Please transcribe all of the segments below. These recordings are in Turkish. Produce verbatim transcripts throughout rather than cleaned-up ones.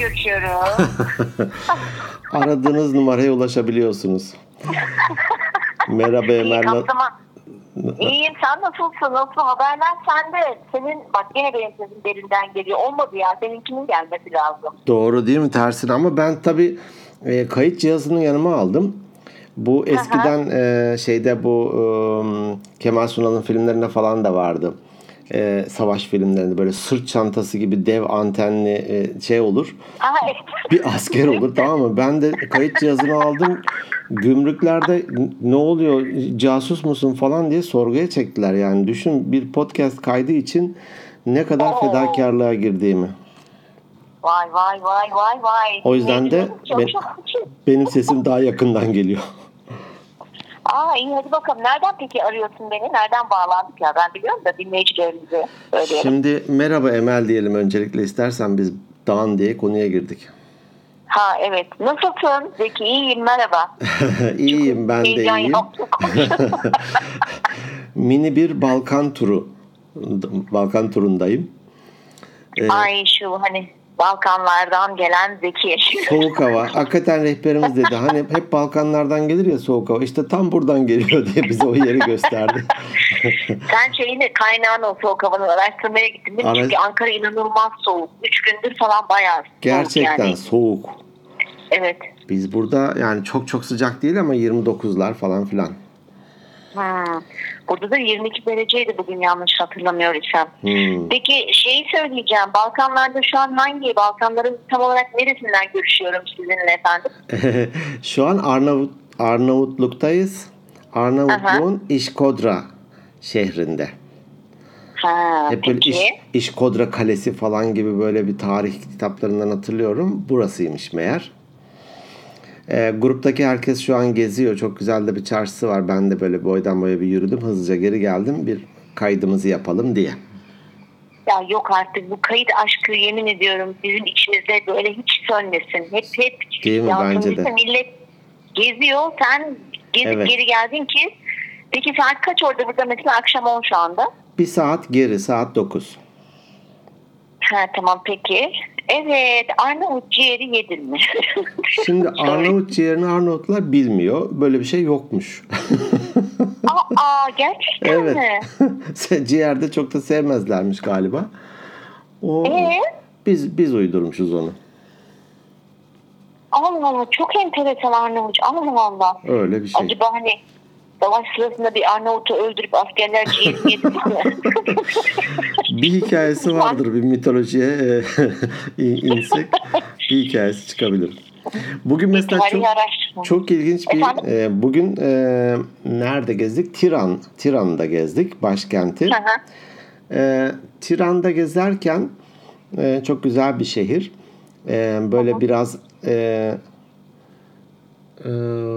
görüşüyoruz. Aradığınız numaraya ulaşabiliyorsunuz. Merhaba Emel. İyiyim, sen nasılsın? Nasıl haberler sende? Senin bak yine benim sesim derinden geliyor. Olmadı ya, seninkinin gelmesi lazım. Doğru değil mi, tersine? Ama ben tabii e, kayıt cihazını yanıma aldım. Bu eskiden e, şeyde bu e, Kemal Sunal'ın filmlerinde falan da vardı. E, savaş filmlerinde böyle sırt çantası gibi dev antenli e, şey olur. Ay. Bir asker olur, tamam mı? Ben de kayıt cihazını aldım. Gümrüklerde ne oluyor, casus musun falan diye sorguya çektiler. Yani düşün, bir podcast kaydı için ne kadar Oo. fedakarlığa girdiğimi. Vay vay vay vay vay. O yüzden de çok, ben, çok, çok. benim sesim daha yakından geliyor. Aa iyi, hadi bakalım. Nereden peki arıyorsun beni? Nereden bağlandık ya? Ben biliyorum da dinleyicilerimize söyleyelim. Şimdi merhaba Emel diyelim öncelikle, istersen biz Dan diye konuya girdik. Ha evet. Nasılsın Zeki? İyiyim, merhaba. İyiyim, ben de iyiyim. Mini bir Balkan turu. Balkan turundayım. Ee, Ay şu hani Balkanlardan gelen Zeki. Soğuk hava. Hakikaten rehberimiz dedi. Hani hep Balkanlardan gelir ya soğuk hava. İşte tam buradan geliyor diye bize o yeri gösterdi. Sen şeyini, kaynağını, o soğuk havanı araştırmaya gittin değil mi? Ara... Çünkü Ankara inanılmaz soğuk. Üç gündür falan bayağı soğuk. Gerçekten yani. soğuk. Evet. Biz burada yani çok çok sıcak değil ama yirmi dokuzlar falan filan. Hmm. Burada da yirmi iki dereceydi bugün, yanlış hatırlamıyorsam. Hmm. Peki şeyi söyleyeceğim. Balkanlarda şu an hangi, Balkanların tam olarak neresinden görüşüyorum sizinle efendim? Şu an Arnavut Arnavutluk'tayız. Arnavutluğun Aha. İşkodra şehrinde. Ha, Hep böyle peki. İş, İşkodra Kalesi falan gibi böyle bir tarih kitaplarından hatırlıyorum. Burasıymış meğer. E, gruptaki herkes şu an geziyor. Çok güzel de bir çarşısı var. Ben de böyle boydan boya bir yürüdüm. Hızlıca geri geldim. Bir kaydımızı yapalım diye. Ya yok artık bu kayıt aşkı, yemin ediyorum bizim içimizde böyle hiç sönmesin. Hep hep. Değil mi? Bence de. Millet geziyor. Sen gezip evet. geri geldin ki. Peki saat kaç orada? Burada mesela akşam on şu anda. Bir saat geri. Saat dokuz. Ha tamam peki. Evet, Arnavut ciğeri yedin mi? Şimdi Arnavut ciğerini Arnavutlar bilmiyor. Böyle bir şey yokmuş. Aa, gerçekten evet. mi? Ciğerde çok da sevmezlermiş galiba. O, ee? Biz biz uydurmuşuz onu. Allah Allah, çok enteresan Arnavut. Allah Allah. Öyle bir şey. Acaba hani savaş sırasında bir Arnavut'u öldürüp askerler ciğerini yedi mi? Bir hikayesi vardır, bir mitolojiye e, insek bir hikayesi çıkabilir. Bugün mesela çok, çok ilginç bir e, bugün e, nerede gezdik? Tiran, Tiran'da gezdik, başkenti. Hı hı. E, Tiran'da gezerken e, çok güzel bir şehir. E, böyle hı hı. biraz e, e,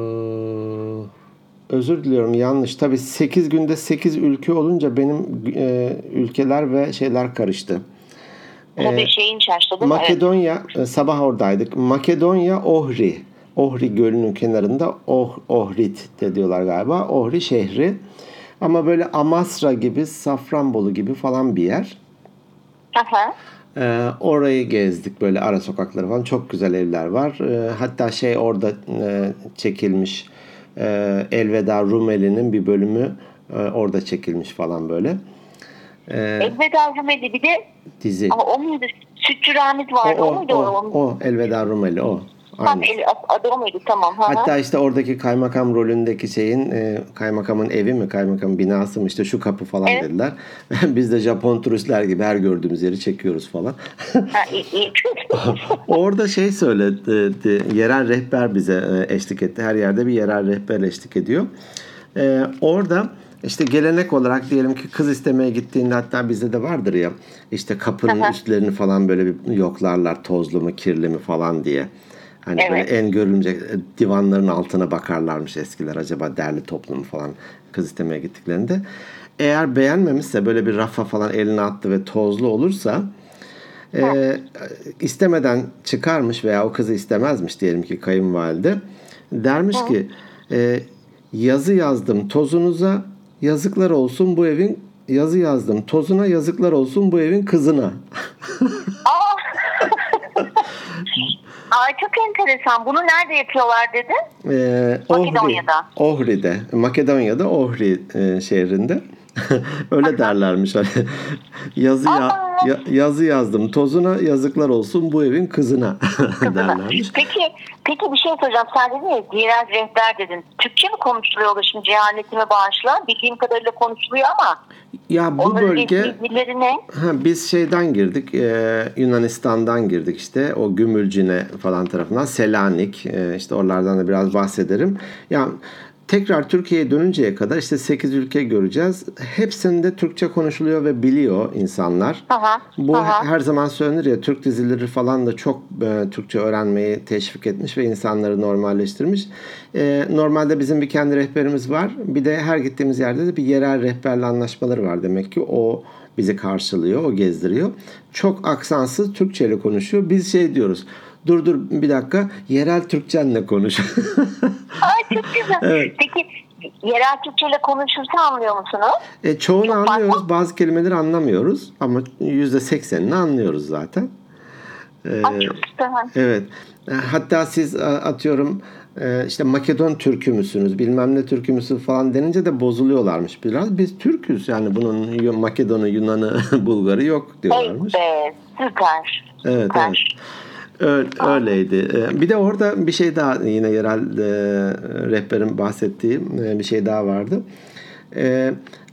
özür diliyorum, yanlış. Tabii sekiz günde sekiz ülke olunca benim e, ülkeler ve şeyler karıştı. Tabii şeyin şaştı değil mi? Makedonya, evet. Sabah oradaydık. Makedonya Ohri. Ohri Gölü'nün kenarında oh, Ohrid de diyorlar galiba. Ohri şehri. Ama böyle Amasra gibi, Safranbolu gibi falan bir yer. Aha. Ee, orayı gezdik, böyle ara sokakları falan. Çok güzel evler var. Ee, hatta şey orada e, çekilmiş. E, Elveda Rumeli'nin bir bölümü e, orada çekilmiş falan böyle. Ee, Elveda Rumeli bir de dizi. Ama o muydu? Sütçü Rahmet vardı. O, o, o muydu? O, o, o Elveda Rumeli o. Tamam, el, adı o muydu? Tamam. Ha. Hatta işte oradaki kaymakam rolündeki şeyin e, kaymakamın evi mi, kaymakamın binası mı, işte şu kapı falan evet. dediler. Biz de Japon turistler gibi her gördüğümüz yeri çekiyoruz falan. Ha, iyi, iyi. Orada şey söyledi, yerel rehber bize eşlik etti. Her yerde bir yerel rehber eşlik ediyor. E, orada İşte gelenek olarak diyelim ki kız istemeye gittiğinde, hatta bizde de vardır ya, işte kapının Aha. üstlerini falan böyle bir yoklarlar, tozlu mu kirli mi falan diye. Hani evet. böyle en görülmeyecek divanların altına bakarlarmış eskiler, acaba derli toplu mu falan kız istemeye gittiklerinde. Eğer beğenmemişse, böyle bir rafa falan eline attı ve tozlu olursa e, istemeden çıkarmış veya o kızı istemezmiş diyelim ki kayınvalide. Dermiş Hı. ki e, yazı yazdım tozunuza, yazıklar olsun bu evin, yazı yazdım tozuna, yazıklar olsun bu evin kızına. Ay çok enteresan. Bunu nerede yapıyorlar dedin? Ee, Makedonya'da. Ohri, Ohri'de. Makedonya'da Ohri e, şehrinde. Öyle derlermiş hani. Yazı ya, ya, yazı yazdım. Tozuna yazıklar olsun bu evin kızına derlermiş. Peki peki bir şey soracağım. Sen dedin ya yerel rehber dedin. Türkçe mi konuşuluyor şimdi cehaletimi bağışla? Bildiğim kadarıyla konuşuluyor ama ya bu onların bölge bilgileri ne? Ha, biz şeyden girdik. E, Yunanistan'dan girdik işte. O Gümülcine falan tarafından. Selanik. E, işte oralardan da biraz bahsederim. Yani tekrar Türkiye'ye dönünceye kadar işte sekiz ülke göreceğiz. Hepsinde Türkçe konuşuluyor ve biliyor insanlar. Aha, Bu aha. her zaman söylenir ya, Türk dizileri falan da çok e, Türkçe öğrenmeyi teşvik etmiş ve insanları normalleştirmiş. E, normalde bizim bir kendi rehberimiz var. Bir de her gittiğimiz yerde de bir yerel rehberle anlaşmaları var. Demek ki o bizi karşılıyor, o gezdiriyor. Çok aksansız Türkçe ile konuşuyor. Biz şey diyoruz. Dur dur bir dakika, yerel Türkçenle konuş. Ay çok güzel. Evet. Peki yerel Türkçeyle konuşursa anlıyor musunuz? E, çoğunu çok anlıyoruz. farklı. Bazı kelimeleri anlamıyoruz. Ama yüzde seksenini anlıyoruz zaten. E, Ay çok güzel. Evet. Hatta siz atıyorum işte Makedon Türk'ü müsünüz, bilmem ne Türk'ü müsünüz falan denince de bozuluyorlarmış biraz. Biz Türk'üz yani, bunun Makedon'u, Yunan'ı, Bulgar'ı yok diyorlarmış. Evet, süper. Evet, süper. evet. Öyle, öyleydi. Bir de orada bir şey daha, yine yerel e, rehberin bahsettiği e, bir şey daha vardı. E,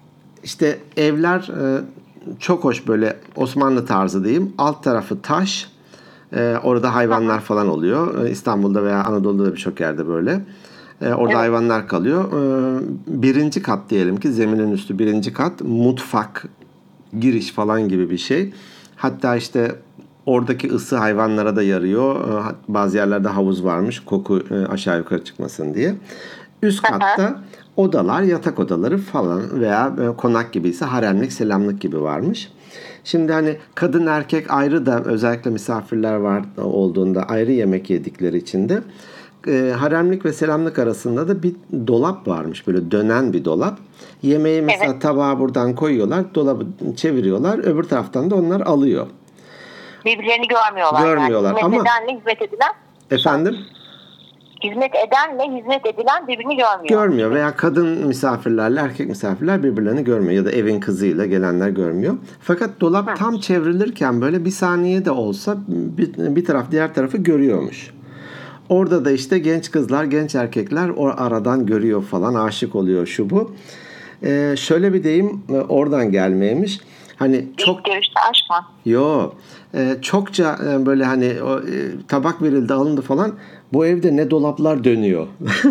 işte evler e, çok hoş, böyle Osmanlı tarzı diyeyim. Alt tarafı taş. E, orada hayvanlar falan oluyor. E, İstanbul'da veya Anadolu'da da birçok yerde böyle. E, orada evet. hayvanlar kalıyor. E, birinci kat diyelim ki, zeminin üstü birinci kat. Mutfak, giriş falan gibi bir şey. Hatta işte oradaki ısı hayvanlara da yarıyor. Bazı yerlerde havuz varmış, koku aşağı yukarı çıkmasın diye. Üst katta odalar, yatak odaları falan veya konak gibiyse haremlik, selamlık gibi varmış. Şimdi hani kadın erkek ayrı da, özellikle misafirler var olduğunda ayrı yemek yedikleri için de e, haremlik ve selamlık arasında da bir dolap varmış. Böyle dönen bir dolap. Yemeği mesela evet. tabağa buradan koyuyorlar, dolabı çeviriyorlar, öbür taraftan da onlar alıyor. Birbirlerini görmüyorlar. Görmüyorlar yani. ama Hizmet edenle hizmet edilen. Efendim? Hizmet edenle hizmet edilen birbirini görmüyor. Görmüyor veya kadın misafirlerle erkek misafirler birbirlerini görmüyor ya da evin kızıyla gelenler görmüyor. Fakat dolap Hı. tam çevrilirken böyle bir saniye de olsa bir, bir taraf diğer tarafı görüyormuş. Orada da işte genç kızlar, genç erkekler o aradan görüyor falan, aşık oluyor şu bu. Ee, şöyle bir deyim oradan gelmeymiş. Hani çok İlk görüşte aşk mı? Yo. E, çokça e, böyle hani o, e, tabak verildi, alındı falan. Bu evde ne dolaplar dönüyor.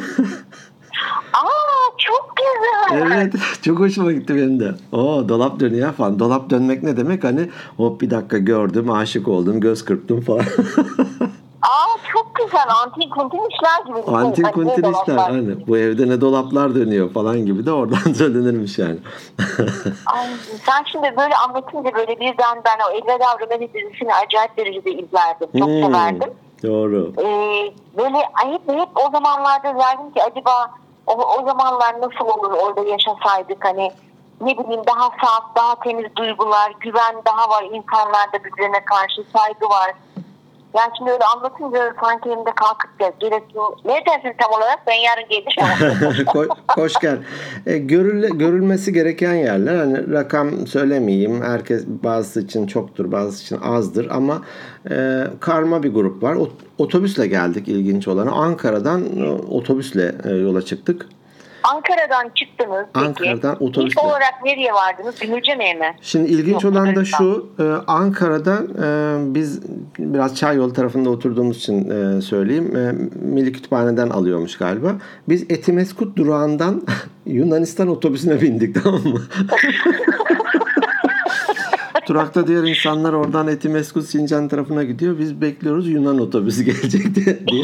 Aa çok güzel. Evet, çok hoşuma gitti benim de. Oo, dolap dönüyor falan. Dolap dönmek ne demek? Hani hop bir dakika gördüm, aşık oldum, göz kırptım falan. Aa çok güzel. Antin kuntin işler gibi. Antin kuntin işler. Hani bu evde ne dolaplar dönüyor falan gibi de oradan söylenirmiş yani. Ay, sen şimdi böyle anlatınca böyle birden ben o Elveda Rumeli dizisini acayip derecede izlerdim. Çok hmm, severdim. Doğru. Ee, böyle hep, hep o zamanlarda derdim ki acaba o, o zamanlar nasıl olur orada yaşasaydık, hani ne bileyim daha saf, daha temiz duygular, güven daha var insanlarda, birbirine karşı saygı var. Yani şimdi öyle anlatınca sanki elimde kalkıp gel. Ne dersin tam olarak? Ben yarın gelişim. Ko- Koş gel. E, görül- görülmesi gereken yerler. Hani rakam söylemeyeyim. Herkes, bazısı için çoktur, bazısı için azdır ama e, karma bir grup var. Ot- otobüsle geldik, ilginç olanı. Ankara'dan e, otobüsle e, yola çıktık. Ankara'dan çıktınız peki. Ankara'dan otobüsle. İlk olarak nereye vardınız? Gümülcene'ye mi? Şimdi ilginç Yok, olan da şu. E, Ankara'dan e, biz biraz Çayyolu tarafında oturduğumuz için e, söyleyeyim. E, Milli Kütüphane'den alıyormuş galiba. Biz Etimeskut durağından Yunanistan otobüsüne bindik, tamam mı? Durakta diğer insanlar oradan Etimeskut, Sincan tarafına gidiyor. Biz bekliyoruz Yunan otobüsü gelecek diye.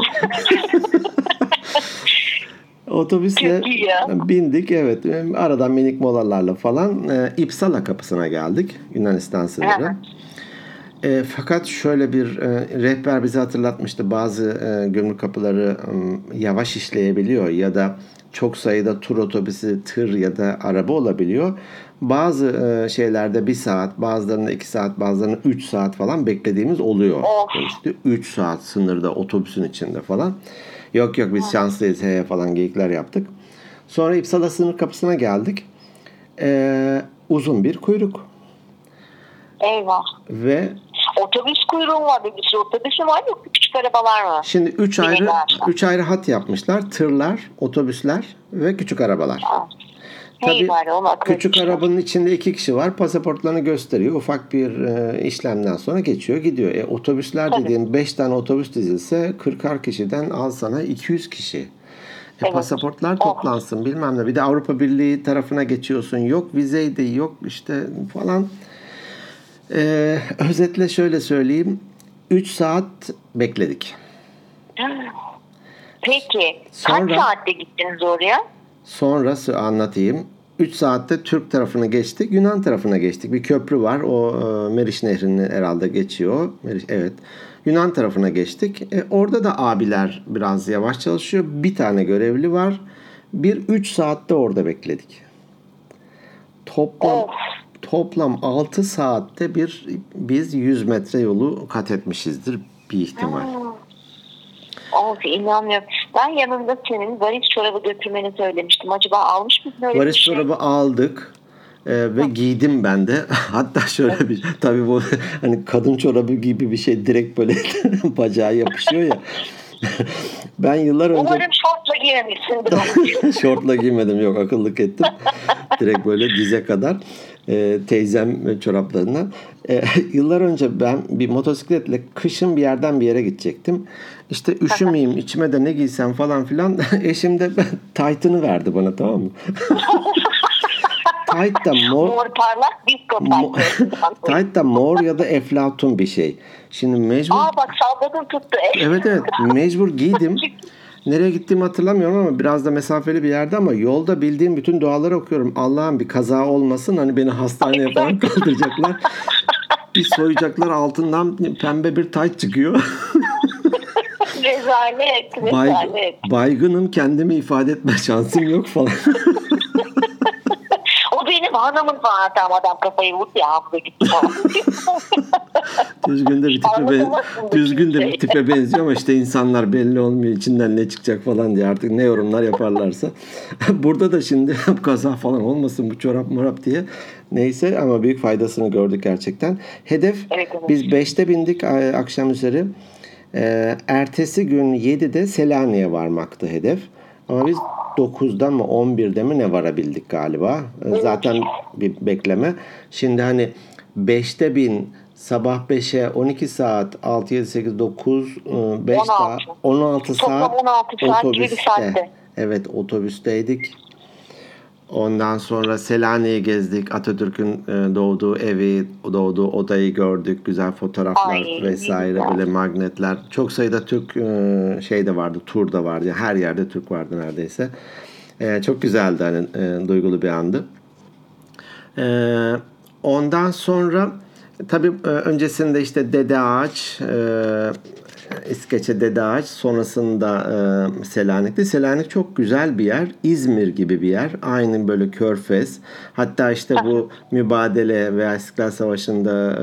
Otobüsle bindik, evet. Aradan minik molalarla falan e, İpsala kapısına geldik, Yunanistan sınırı. E, fakat şöyle bir e, rehber bize hatırlatmıştı. Bazı e, gümrük kapıları e, yavaş işleyebiliyor ya da çok sayıda tur otobüsü, tır ya da araba olabiliyor. Bazı e, şeylerde bir saat, bazılarında iki saat, bazılarında üç saat falan beklediğimiz oluyor. Of. İşte üç saat sınırda otobüsün içinde falan. Yok yok biz şanslıyız heye falan geyikler yaptık. Sonra İpsala sınır kapısına geldik. Ee, uzun bir kuyruk. Eyvah. Ve otobüs kuyruğu var. Bir sürü otobüs mü var yoksa küçük arabalar mı? şimdi üç ayrı Binecekler. üç ayrı hat yapmışlar. Tırlar, otobüsler ve küçük arabalar. Ha. Tabii Hey var, onu akıl küçük etmişler. arabanın içinde iki kişi var. Pasaportlarını gösteriyor. Ufak bir e, işlemden sonra geçiyor gidiyor. E, otobüsler Tabii. dediğin beş tane otobüs dizilse kırkar kişiden al sana iki yüz kişi. E, Evet. pasaportlar toplansın bilmem ne. Bir de Avrupa Birliği tarafına geçiyorsun. Yok vizeydi yok işte falan. E, özetle şöyle söyleyeyim. üç saat bekledik. Peki. Sonra- Kaç saatte gittiniz oraya? Sonrası anlatayım. üç saatte Türk tarafına geçtik. Yunan tarafına geçtik. Bir köprü var. O e, Meriç Nehri'ni herhalde geçiyor. Meriç, evet. Yunan tarafına geçtik. E, orada da abiler biraz yavaş çalışıyor. Bir tane görevli var. Bir üç saatte orada bekledik. Toplam Of. toplam altı saatte bir biz yüz metre yolu kat etmişizdir bir ihtimal. Of, inanmıyorum. Ben yanında senin varis çorabı götürmeni söylemiştim. Acaba almış mısın öyle Varis bir şey? çorabı aldık. Ee, ve giydim ben de. Hatta şöyle bir tabii bu hani kadın çorabı gibi bir şey direkt böyle bacağa yapışıyor ya. Ben yıllar önce Umarım şortla giyemişsindir. şortla giymedim yok akıllık ettim. Direkt böyle dize kadar e, teyzem çoraplarından. E, yıllar önce ben bir motosikletle kışın bir yerden bir yere gidecektim. İşte üşümeyeyim içime de ne giysem falan filan. Eşim de taytını verdi bana tamam mı? Tayt da mor. Mor parlak disco taytı. Tayt da mor ya da eflatun bir şey. Şimdi mecbur. Aa bak salladın tuttu. Evet evet mecbur giydim. Nereye gittiğimi hatırlamıyorum ama biraz da mesafeli bir yerde ama yolda bildiğim bütün duaları okuyorum. Allah'ım bir kaza olmasın hani beni hastaneye falan kaldıracaklar. Bir soyacaklar altından pembe bir tayt çıkıyor. Rezalet. Bay, Rezalet. baygınım kendimi ifade etme şansım yok falan. O benim hanımın falan tam adam kafayı vurdu ya hafıza gitti falan. Düzgün de bir tipe, ben, düzgün de bir tipe benziyor ama işte insanlar belli olmuyor içinden ne çıkacak falan diye artık ne yorumlar yaparlarsa. Burada da şimdi kaza falan olmasın bu çorap morap diye. Neyse ama büyük faydasını gördük gerçekten. Hedef Evet, evet. biz beşte bindik akşam üzeri. Ee, ertesi gün yedide Selanik'e varmaktı hedef. Ama biz dokuzda mı on birde mi ne varabildik galiba. Zaten bir bekleme. Şimdi hani beşte bin sabah beşe on iki saat altı yedi sekiz dokuz beş on altı. saat on altı Toplam saat on altı saat gibi bir otobüste. saatte. Evet otobüsteydik. Ondan sonra Selanik'i gezdik. Atatürk'ün e, doğduğu evi, doğduğu odayı gördük. Güzel fotoğraflar Ay, vesaire güzel. böyle magnetler. Çok sayıda Türk e, şey de vardı, tur da vardı. Her yerde Türk vardı neredeyse. E, çok güzeldi hani e, duygulu bir andı. E, ondan sonra tabii e, öncesinde işte Dede Ağaç, e, İskeçe Dede Ağaç, sonrasında e, Selanik'ti. Selanik çok güzel bir yer. İzmir gibi bir yer. Aynı böyle Körfez. Hatta işte bu mübadele veya İstiklal Savaşı'nda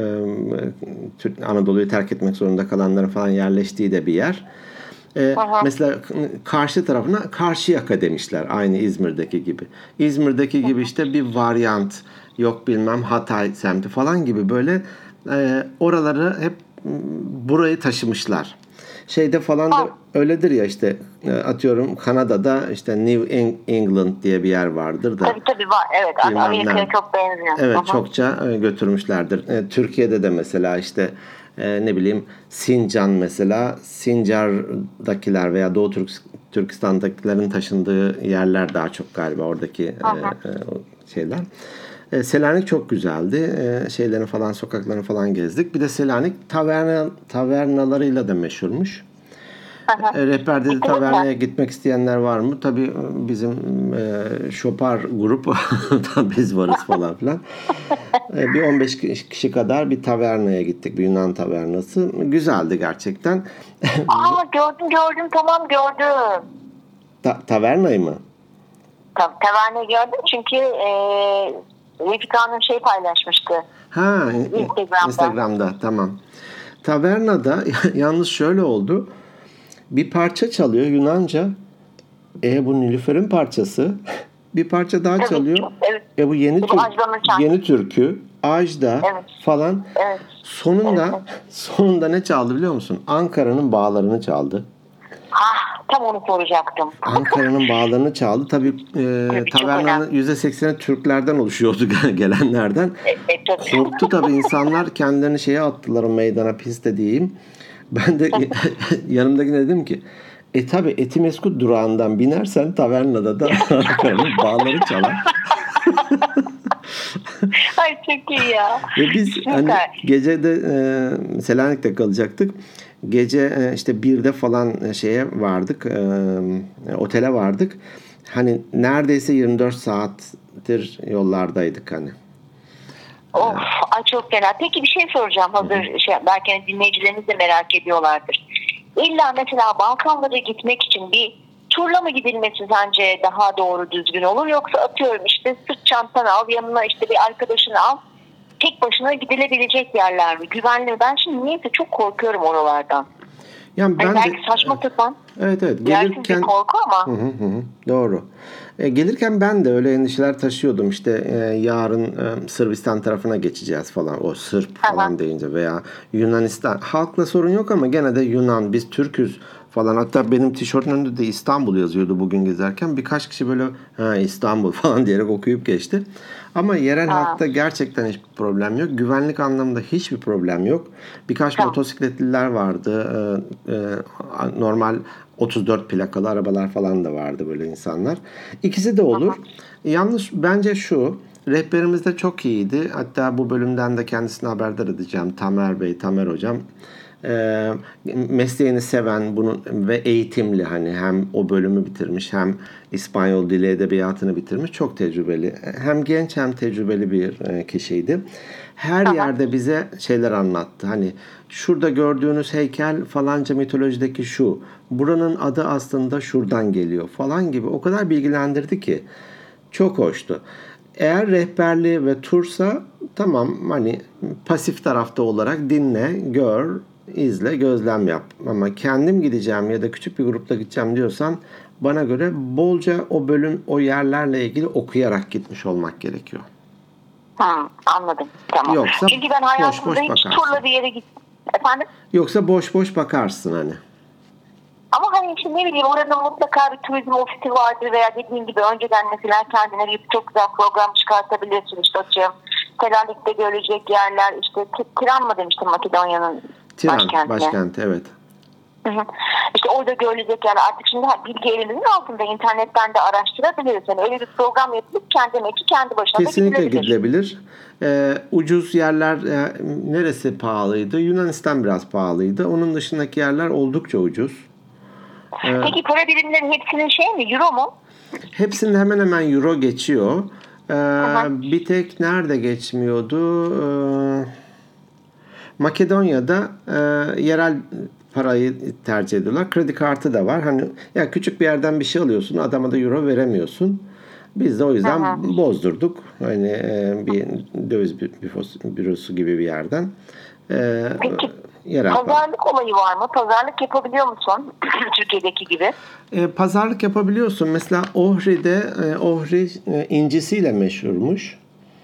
e, Anadolu'yu terk etmek zorunda kalanların falan yerleştiği de bir yer. E, mesela karşı tarafına Karşıyaka demişler. Aynı İzmir'deki gibi. İzmir'deki gibi işte bir varyant yok bilmem Hatay semti falan gibi böyle e, oraları hep burayı taşımışlar. Şeyde falan da öyledir ya işte atıyorum Kanada'da işte New England diye bir yer vardır da. Tabii tabii var. Evet. Amerika'ya çok benziyor. Evet Aha. çokça götürmüşlerdir. Türkiye'de de mesela işte ne bileyim Sincan mesela Sincar'dakiler veya Doğu Türk Türkistan'dakilerin taşındığı yerler daha çok galiba oradaki Aha. şeyler. Selanik çok güzeldi. Şeylerin falan sokaklarını falan gezdik. Bir de Selanik taverna, tavernalarıyla da meşhurmuş. Aha. Rehberde de tavernaya gitmek isteyenler var mı? Tabii bizim e, Şopar grup biz varız falan filan. e, bir on beş kişi kadar bir tavernaya gittik. Bir Yunan tavernası. Güzeldi gerçekten. Aa gördüm gördüm tamam gördüm. Ta- tavernayı mı? Ta- tavernayı gördüm çünkü e, Refika Hanım şey paylaşmıştı. Ha, Instagram'da. Instagram'da tamam. Tavernada yalnız şöyle oldu. Bir parça çalıyor Yunanca. E bu Nilüfer'in parçası. Bir parça daha Evet, çalıyor. evet. E bu yeni Bu tür, Ajda'nın şarkısı. yeni türkü. Ajda Evet. falan. Evet. Sonunda Evet. sonunda ne çaldı biliyor musun? Ankara'nın bağlarını çaldı. Ah, tam onu soracaktım. Ankara'nın bağlarını çaldı. Tabii e, Tabii, çok tavernanın önemli. yüzde sekseni Türklerden oluşuyordu gelenlerden. E, e, tabii. Korktu tabii insanlar, kendilerini şeye attılar, meydana, piste diyeyim. Ben de yanımdakine dedim ki e tabi Etimeskut durağından binersen tavernada da Ankara'nın bağları çalar. Ay çok iyi ya. Ve biz hani gecede e, Selanik'te kalacaktık. Gece e, işte birde falan şeye vardık. E, otele vardık. Hani neredeyse yirmi dört saattir yollardaydık hani. Of, ay çok fena. Peki bir şey soracağım. Hazır şey, belki hani dinleyicilerimiz de merak ediyorlardır. İlla mesela Balkanlara gitmek için bir turla mı gidilmesi sence daha doğru düzgün olur? Yoksa atıyorum işte sırt çantanı al, yanına işte bir arkadaşını al. Tek başına gidilebilecek yerler mi? Güvenli mi? Ben şimdi niyeyse çok korkuyorum oralardan. Yani ben hani de, belki saçma sapan. Evet evet. Gelirken, gelirken korku ama. Hı hı hı, doğru. E, gelirken ben de öyle endişeler taşıyordum. İşte e, yarın e, Sırbistan tarafına geçeceğiz falan. O Sırp falan Aha. deyince veya Yunanistan. Halkla sorun yok ama gene de Yunan, biz Türküz falan. Hatta benim tişörtün önünde de İstanbul yazıyordu bugün gezerken. Birkaç kişi böyle ha, İstanbul falan diyerek okuyup geçti. Ama yerel Ha. halkta gerçekten hiçbir problem yok. Güvenlik anlamında hiçbir problem yok. Birkaç Tamam. motosikletliler vardı. Ee, e, normal otuz dört plakalı arabalar falan da vardı böyle insanlar. İkisi de olur. Aha. Yalnız bence şu, rehberimiz de çok iyiydi. Hatta bu bölümden de kendisine haberdar edeceğim. Tamer Bey, Tamer Hocam. E, mesleğini seven bunu ve eğitimli, hani hem o bölümü bitirmiş hem İspanyol dili edebiyatını bitirmiş, çok tecrübeli, hem genç hem tecrübeli bir e, kişiydi. Her Aha. yerde bize şeyler anlattı. Hani şurada gördüğünüz heykel falanca mitolojideki şu, buranın adı aslında şuradan geliyor falan gibi, o kadar bilgilendirdi ki çok hoştu. Eğer rehberliği ve tursa tamam, hani pasif tarafta olarak dinle, gör, izle, gözlem yap. Ama kendim gideceğim ya da küçük bir grupla gideceğim diyorsan bana göre bolca o bölüm, o yerlerle ilgili okuyarak gitmiş olmak gerekiyor. Hmm, anladım. Tamam. Yoksa Çünkü ben hayatımda boş boş hiç bakarsın. turla bir yere gittim. Efendim? Yoksa boş boş bakarsın hani. Ama hani işte ne bileyim, orada mutlaka bir turizm ofisi vardır veya dediğin gibi önceden mesela kendine bir çok güzel program çıkartabilirsin. İşte atıyorum Selanik'te görecek yerler, işte Tiran mı demiştim, Makedonya'nın Tiran, başkenti. başkenti, evet. Hı hı. İşte orada görülecek yerler, artık şimdi bilgi elimizin altında, internetten de araştırabiliriz. Yani öyle bir program yapıp kendi ki kendi başına Kesinlikle da gidilebilir. gidilebilir. Ee, ucuz yerler e, neresi pahalıydı? Yunanistan biraz pahalıydı. Onun dışındaki yerler oldukça ucuz. Ee, Peki para birimleri hepsinin şey mi? Euro mu? Hepsinde hemen hemen euro geçiyor. Ee, hı. bir tek nerede geçmiyordu? Ee, Makedonya'da e, yerel parayı tercih ediyorlar. Kredi kartı da var. Hani ya küçük bir yerden bir şey alıyorsun, adama da euro veremiyorsun. Biz de o yüzden Hı hı. bozdurduk. Hani e, bir döviz bürosu gibi bir yerden. E, Peki yerel para. pazarlık olayı var mı? Pazarlık yapabiliyor musun? Türkiye'deki gibi. E, pazarlık yapabiliyorsun. Mesela Ohri'de e, Ohri e, incisiyle meşhurmuş.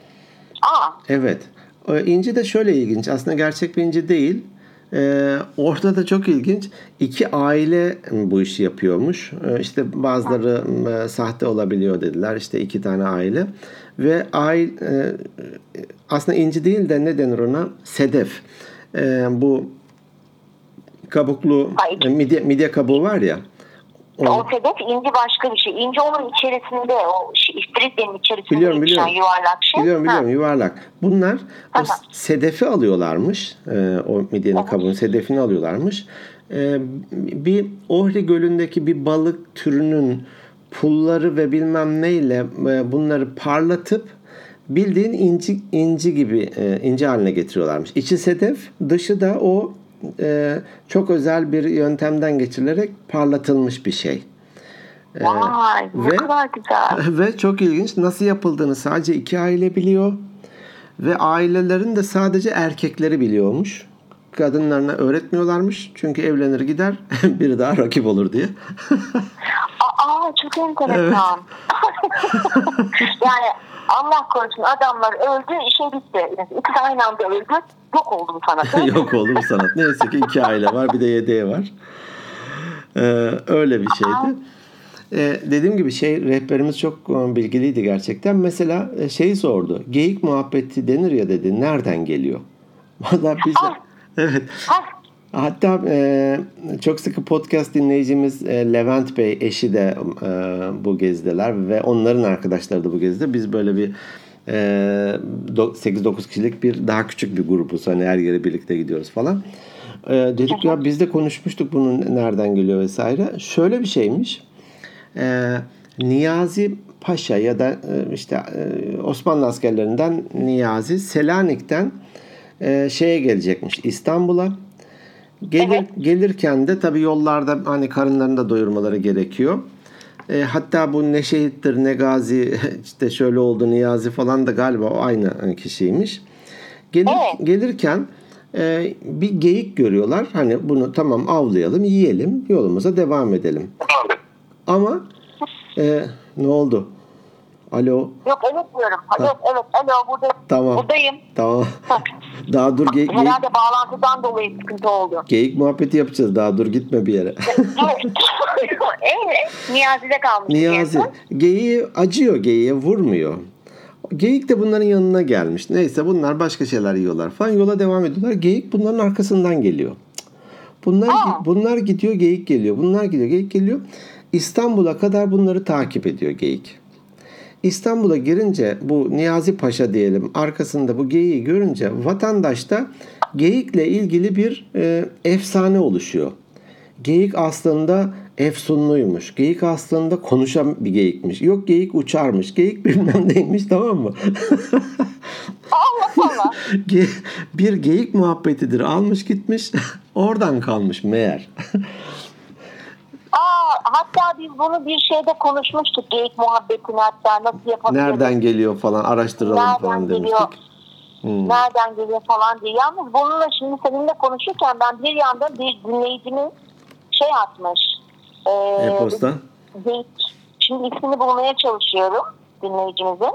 Aa. Evet. O inci de şöyle ilginç. Aslında gerçek bir inci değil. Ee, orada da çok ilginç. İki aile bu işi yapıyormuş. Ee, işte bazıları e, sahte olabiliyor dediler. İşte iki tane aile. Ve aile e, aslında inci değil de ne denir ona? Sedef. Ee, bu kabuklu Ay. midye, midye kabuğu var ya. O, o sedef, inci başka bir şey. İnci onun içerisinde, o istiridyenin içerisinde Biliyorum, yetişen biliyorum. yuvarlak şey. Biliyorum biliyorum Ha. yuvarlak. Bunlar o Aha. sedefi alıyorlarmış. E, o midyenin Evet. kabuğunun sedefini alıyorlarmış. E, bir Ohri Gölü'ndeki bir balık türünün pulları ve bilmem neyle e, bunları parlatıp bildiğin inci inci gibi e, inci haline getiriyorlarmış. İçi sedef, dışı da o e, çok özel bir yöntemden geçirilerek parlatılmış bir şey. Vay, Ee, ne ve kadar güzel. ve çok ilginç, nasıl yapıldığını sadece iki aile biliyor ve ailelerin de sadece erkekleri biliyormuş. Kadınlarına öğretmiyorlarmış çünkü evlenir gider biri daha rakip olur diye. Aa, çok Evet. enteresan. Yani Allah korusun, adamlar öldü, işe bitti. İkisi aynı anda öldü, yok oldu bu sanat. Yok oldu bu sanat. Neyse ki iki aile var, bir de yedeği var. Ee, öyle bir şeydi. Ee, dediğim gibi şey, rehberimiz çok e, bilgiliydi gerçekten. Mesela e, şeyi sordu. Geyik muhabbeti denir ya dedi. Nereden geliyor? Valla biz de, Ah, evet. ah, Hatta e, çok sıkı podcast dinleyicimiz e, Levent Bey, eşi de e, bu gezideler ve onların arkadaşları da bu gezide. Biz böyle bir e, sekiz dokuz kişilik bir daha küçük bir grubuz. Hani her yere birlikte gidiyoruz falan. E, dedik ya, biz de konuşmuştuk bunun nereden geliyor vesaire. Şöyle bir şeymiş. E, Niyazi Paşa ya da e, işte e, Osmanlı askerlerinden Niyazi Selanik'ten e, şeye gelecekmiş, İstanbul'a. Gelir, evet. Gelirken de tabii yollarda hani karınlarını da doyurmaları gerekiyor. E, hatta bu ne şehittir ne gazi işte şöyle oldu Niyazi falan da galiba o aynı kişiymiş. Gelir, Evet. Gelirken e, bir geyik görüyorlar. Hani bunu tamam avlayalım, yiyelim, yolumuza devam edelim. Ama e, ne oldu? Alo. Yok, evet diyorum. Ha, yok, evet, alo, buradayım. Tamam. Buradayım. Tamam. Daha dur, ge- geyik, Herhalde bağlantıdan dolayı sıkıntı oldu. geyik muhabbeti yapacağız. Daha dur, gitme bir yere. Evet, Niyazi'de kalmış. Niyazi. Geyiği acıyor, geyiğe vurmuyor. Geyik de bunların yanına gelmiş. Neyse, bunlar başka şeyler yiyorlar falan. Yola devam ediyorlar. Geyik bunların arkasından geliyor. Bunlar Aa. bunlar gidiyor, geyik geliyor. Bunlar gidiyor, geyik geliyor. İstanbul'a kadar bunları takip ediyor geyik. İstanbul'a girince bu Niyazi Paşa diyelim, arkasında bu geyiği görünce vatandaşta geyikle ilgili bir e, efsane oluşuyor. Geyik aslında efsunluymuş. Geyik aslında konuşan bir geyikmiş. Yok, geyik uçarmış. Geyik bilmem neymiş, tamam mı? Allah Allah. Bir geyik muhabbetidir. Almış gitmiş. Oradan kalmış meğer. Aa, hatta biz bunu bir şeyde konuşmuştuk. Geyik muhabbetini hatta nasıl yapabiliriz? Nereden geliyor falan araştıralım Nereden falan geliyor? demiştik. Hmm. Nereden geliyor falan diye. Yalnız bununla şimdi seninle konuşurken ben bir yandan bir dinleyicinin şey atmış. E, E-posta. Geyik. Şimdi ismini bulmaya çalışıyorum dinleyicimizin.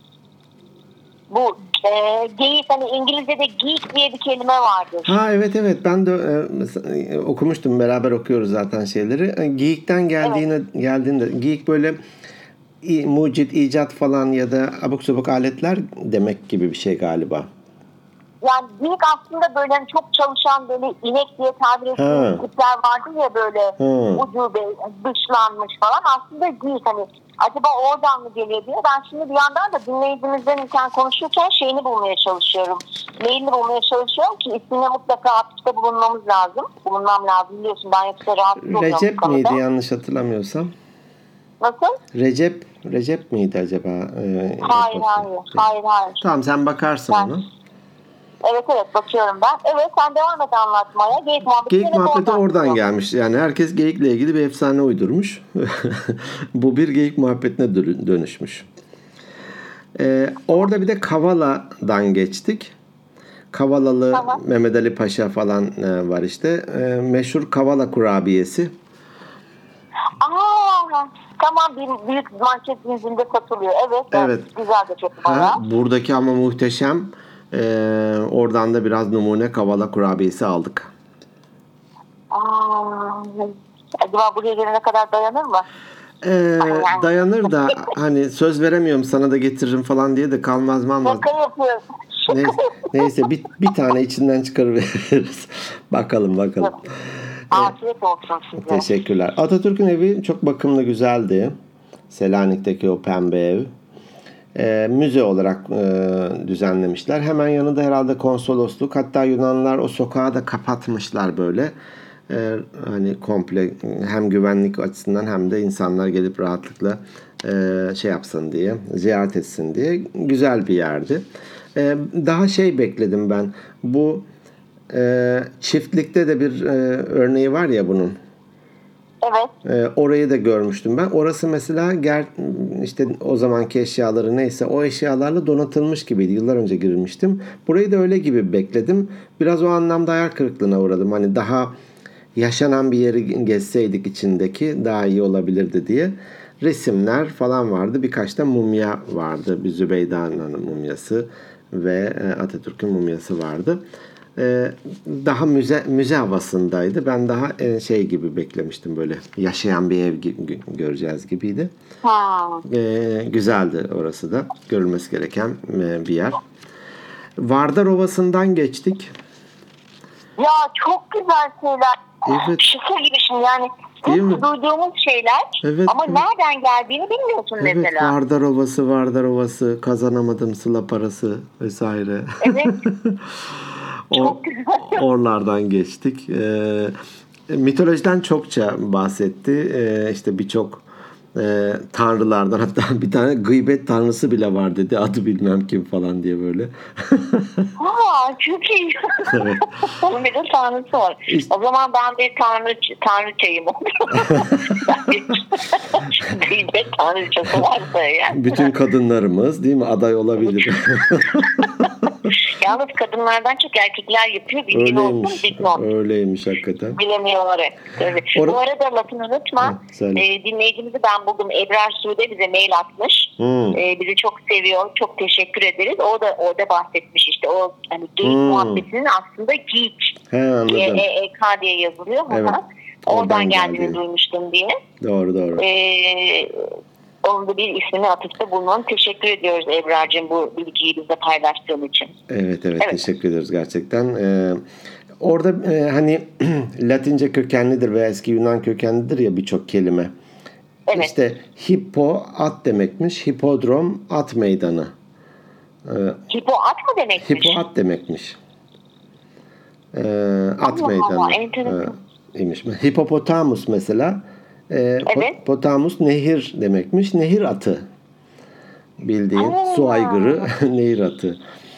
Bu e, geyik, hani İngilizce'de geek diye bir kelime vardır. Ha, evet evet, ben de e, okumuştum, beraber okuyoruz zaten şeyleri. Geyikten geldiğine evet. geldiğinde geyik böyle i, mucit, icat falan ya da abuk sabuk aletler demek gibi bir şey galiba. Yani geyik aslında böyle hani çok çalışan, böyle inek diye tabir ettiğimiz tipler vardı ya, böyle ha. ucube, dışlanmış falan. Aslında geyik, hani acaba oradan mı geliyor diye. Ben şimdi bir yandan da dinleyicimizden konuşurken şeyini bulmaya çalışıyorum. Mailini bulmaya çalışıyorum ki ismine mutlaka atıfta bulunmamız lazım. Bulunmam lazım, biliyorsun ben yoksa rahatsız oluyorum. Recep miydi yanlış hatırlamıyorsam? Nasıl? Recep, Recep miydi acaba? Ee, hayır, hayır, hayır, hayır. Tamam, sen bakarsın ben, onu. Evet evet, bakıyorum ben. Evet, sen devam et anlatmaya. Geyik muhabbeti, Geyik muhabbeti oradan, oradan gelmiş. Yani herkes geyikle ilgili bir efsane uydurmuş. Bu bir geyik muhabbetine dönüşmüş. Ee, orada bir de Kavala'dan geçtik. Kavalalı tamam. Mehmet Ali Paşa falan e, var işte. E, meşhur Kavala kurabiyesi. Aa, tamam, bir büyük market zincirinde satılıyor. Evet. Evet. Güzel de çok bana. Buradaki ama muhteşem. Ee, oradan da biraz numune Kavala kurabiyesi aldık. Aa, acaba buraya gelene kadar dayanır mı? Ee, dayanır da hani söz veremiyorum sana da getiririm falan diye de kalmaz mı almaz. Şaka yapıyorum. Neyse, neyse bir, bir tane içinden çıkarıveririz. bakalım bakalım. Afiyet olsun size. Teşekkürler. Atatürk'ün evi çok bakımlı, güzeldi. Selanik'teki o pembe ev. E, müze olarak e, düzenlemişler. Hemen yanında herhalde konsolosluk. Hatta Yunanlılar o sokağı da kapatmışlar böyle. E, hani komple, hem güvenlik açısından hem de insanlar gelip rahatlıkla e, şey yapsın diye, ziyaret etsin diye. Güzel bir yerdi. E, daha şey bekledim ben. Bu e, çiftlikte de bir e, örneği var ya bunun. Evet. E, orayı da görmüştüm ben. Orası mesela ger işte o zamanki eşyaları neyse o eşyalarla donatılmış gibiydi. Yıllar önce girmiştim. Burayı da öyle gibi bekledim. Biraz o anlamda hayal kırıklığına uğradım. Hani daha yaşanan bir yeri gezseydik içindeki daha iyi olabilirdi diye. Resimler falan vardı. Birkaç da mumya vardı. Bir Zübeyda'nın mumyası ve Atatürk'ün mumyası vardı. Daha müze müze havasındaydı. Ben daha şey gibi beklemiştim, böyle yaşayan bir ev gibi, göreceğiz gibiydi. Ha. Ee, güzeldi orası da. Görülmesi gereken bir yer. Vardar Ovası'ndan geçtik. Ya çok güzel şeyler. Evet. Şaka gibi şimdi yani. Hep duyduğumuz şeyler evet, ama evet. nereden geldiğini bilmiyorsun evet, mesela. Evet, Vardar Ovası, Vardar Ovası, kazanamadım sıla parası vesaire. Evet. Çok güzel. Oralardan geçtik. Ee, mitolojiden çokça bahsetti. Ee, işte birçok e, tanrılardan, hatta bir tane gıybet tanrısı bile var dedi. Adı bilmem kim falan diye böyle. Aa, çok iyi. Evet. Onun bir de tanrısı var. İşte, o zaman ben bir tanrı tanrıçayım oldum. Gıybet tanrıçası varsa yani. Bütün kadınlarımız değil mi? Aday olabilir. Yalnız kadınlardan çok erkekler yapıyor. Bilgin olsun, bilmem. Öyleymiş hakikaten. Bilemiyorlar. Tabii. Or- Bu arada lafını unutma. Ha, e, dinleyicimizi ben buldum. Ebrar Sude bize mail atmış. Hmm. E, bizi çok seviyor. Çok teşekkür ederiz. O da orada bahsetmiş işte. O hani geyik hmm. muhabbetinin aslında geek. G E E K diye yazılıyor. Evet. Oradan, Oradan geldiğini geldi. Duymuştum diye. Doğru doğru. Eee Onun da bir ismini atıfta bulunan teşekkür ediyoruz Ebrar'cığım bu bilgiyi bize paylaştığın için. Evet, evet evet teşekkür ediyoruz gerçekten. Ee, orada e, hani Latince kökenlidir veya eski Yunan kökenlidir ya birçok kelime. Evet. İşte hippo at demekmiş. Hipodrom at meydanı. Ee, hippo at mı demekmiş? Hippo at demekmiş. Ee, at Allah meydanı. Allah, enteresan. Ee, imiş. Hipopotamus mesela. E, evet. Potamus nehir demekmiş. Nehir atı. Bildiğin Aa. su aygırı nehir atı.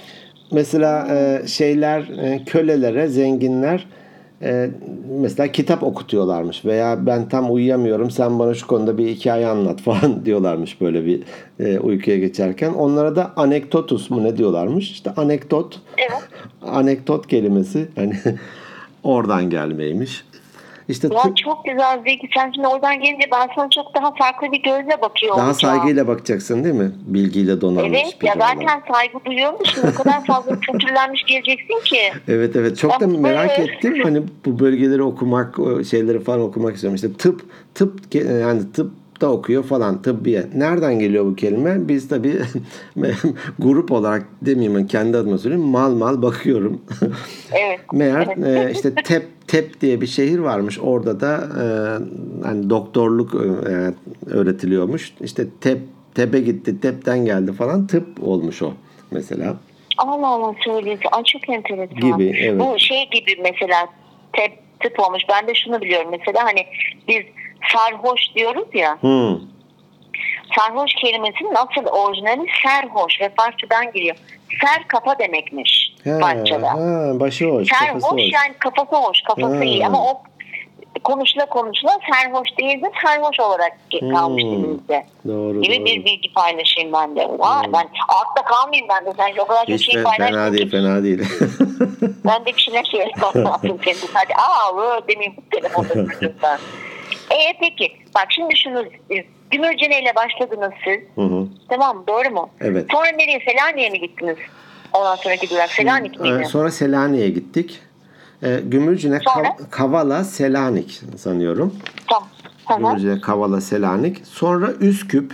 Mesela e, şeyler e, kölelere, zenginler e, mesela kitap okutuyorlarmış veya ben tam uyuyamıyorum sen bana şu konuda bir hikaye anlat falan diyorlarmış böyle bir e, uykuya geçerken. Onlara da anekdotus mu ne diyorlarmış? İşte anekdot. Evet. Anekdot kelimesi hani oradan gelmeymiş. İşte ya t- çok güzel Zeki. Sen şimdi oradan gelince ben sana çok daha farklı bir gözle bakıyor Daha olacağım. saygıyla bakacaksın değil mi? Bilgiyle donanmış evet, biri. Evet ya zaten olarak. Saygı duyuyorum da şimdi o kadar fazla kültürlenmiş geleceksin ki. Evet evet çok da merak böyle... ettim. Hani bu bölgeleri okumak, şeyleri falan okumak istiyorum. İşte tıp, tıp yani tıp da okuyor falan tıbbiye. Nereden geliyor bu kelime? Biz tabii grup olarak demeyeyim kendi adıma söyleyeyim mal mal bakıyorum. Evet. Meğer e, işte Tep Tep diye bir şehir varmış. Orada da e, hani doktorluk e, öğretiliyormuş. İşte Tep Tep'e gitti, Tep'ten geldi falan tıp olmuş o mesela. Allah Allah söyleyince. Ay çok enteresan. Gibi evet. Bu şey gibi mesela Tep tıp olmuş. Ben de şunu biliyorum mesela hani biz sarhoş diyoruz ya. Hmm. Sarhoş kelimesinin asıl orijinali serhoş ve Farsçadan geliyor. Ser kafa demekmiş he, Farsçada. He, başı hoş. Serhoş hoş. Yani kafası hoş, kafası he. iyi ama o konuşula konuşula serhoş değil de sarhoş olarak kalmış hmm. dilimizde. Doğru, gibi doğru. bir bilgi paylaşayım ben de. Vay, hmm. Ben altta kalmayayım ben de. Sen o kadar çok şey paylaştın. Fena değil, fena değil. Ben de bir şeyler söylemem lazım. Hadi aa demeyeyim bu telefonda. Eee peki bak şimdi şunu Gümülcine ile başladınız siz. Hı hı. Tamam doğru mu? Evet. Sonra nereye Selanik'e mi gittiniz? Ondan sonraki durak Selanik miydi? E, sonra Selanik'e gittik. E, Gümülcine, Kav- Kavala, Selanik sanıyorum. Tamam. Gümülcine, Kavala, Selanik. Sonra Üsküp.